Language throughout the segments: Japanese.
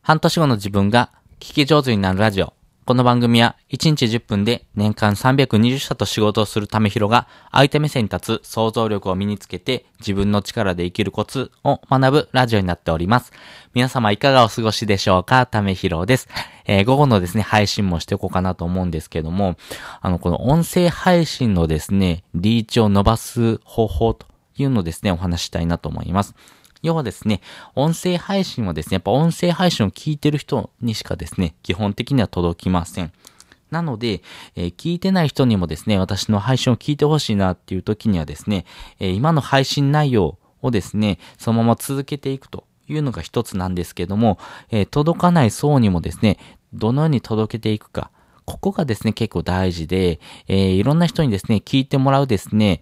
半年後の自分が聞き上手になるラジオ。この番組は1日10分で年間320社と仕事をするためひろが相手目線に立つ想像力を身につけて自分の力で生きるコツを学ぶラジオになっております。皆様いかがお過ごしでしょうか？ためひろです。午後のですね、配信もしていこうかなと思うんですけども、この音声配信のですね、リーチを伸ばす方法というのをですね、お話ししたいなと思います。要はですね、音声配信はですね、やっぱ音声配信を聞いてる人にしかですね、基本的には届きません。なので、聞いてない人にもですね、私の配信を聞いてほしいなっていう時にはですね、今の配信内容をですね、そのまま続けていくというのが一つなんですけども、届かない層にもですね、どのように届けていくか、ここがですね、結構大事で、いろんな人にですね、聞いてもらうですね、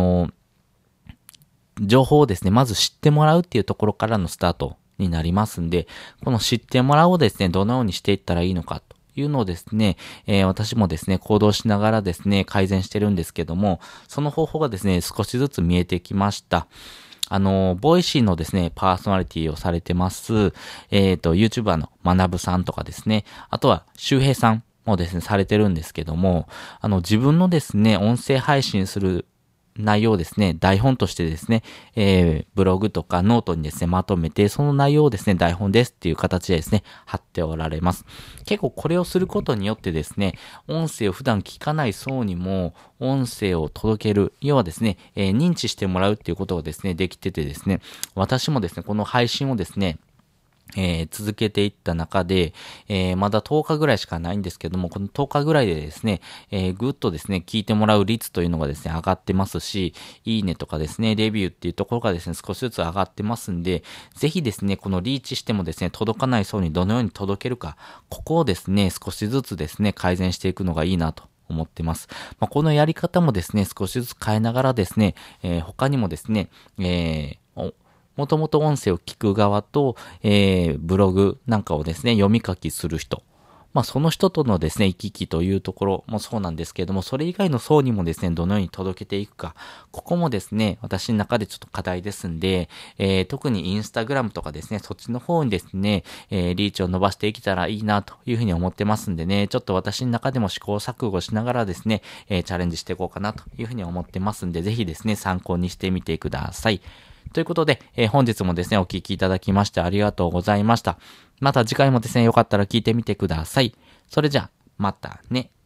情報をですね、まず知ってもらうっていうところからのスタートになりますんで、この知ってもらうをですね、どのようにしていったらいいのかというのをですね、私もですね、行動しながらですね、改善してるんですけども、その方法がですね、少しずつ見えてきました。ボイシーのですね、パーソナリティをされてます、YouTuber の学さんとかですね、あとは周平さんもですね、されてるんですけども、自分のですね、音声配信する内容をですね、台本としてですね、ブログとかノートにですね、まとめて、その内容をですね、台本ですっていう形でですね、貼っておられます。結構これをすることによってですね、音声を普段聞かない層にも、音声を届ける、要はですね、認知してもらうっていうことがですね、できててですね、私もですね、この配信をですね、続けていった中で、まだ10日ぐらいしかないんですけども、この10日ぐらいでですね、ぐっとですね、聞いてもらう率というのがですね、上がってますし、いいねとかですね、レビューっていうところがですね、少しずつ上がってますんで、ぜひですね、このリーチしてもですね、届かない層にどのように届けるか、ここをですね、少しずつですね、改善していくのがいいなと思ってます。このやり方もですね、少しずつ変えながらですね、他にもですね、もともと音声を聞く側と、ブログなんかをですね、読み書きする人。その人とのですね、行き来というところもそうなんですけれども、それ以外の層にもですね、どのように届けていくか。ここもですね、私の中でちょっと課題ですんで、特にインスタグラムとかですね、そっちの方にですね、リーチを伸ばしていけたらいいなというふうに思ってますんでね、ちょっと私の中でも試行錯誤しながらですね、チャレンジしていこうかなというふうに思ってますんで、ぜひですね、参考にしてみてください。ということで、本日もですね、お聞きいただきましてありがとうございました。また次回もですね、よかったら聞いてみてください。それじゃあ、またね。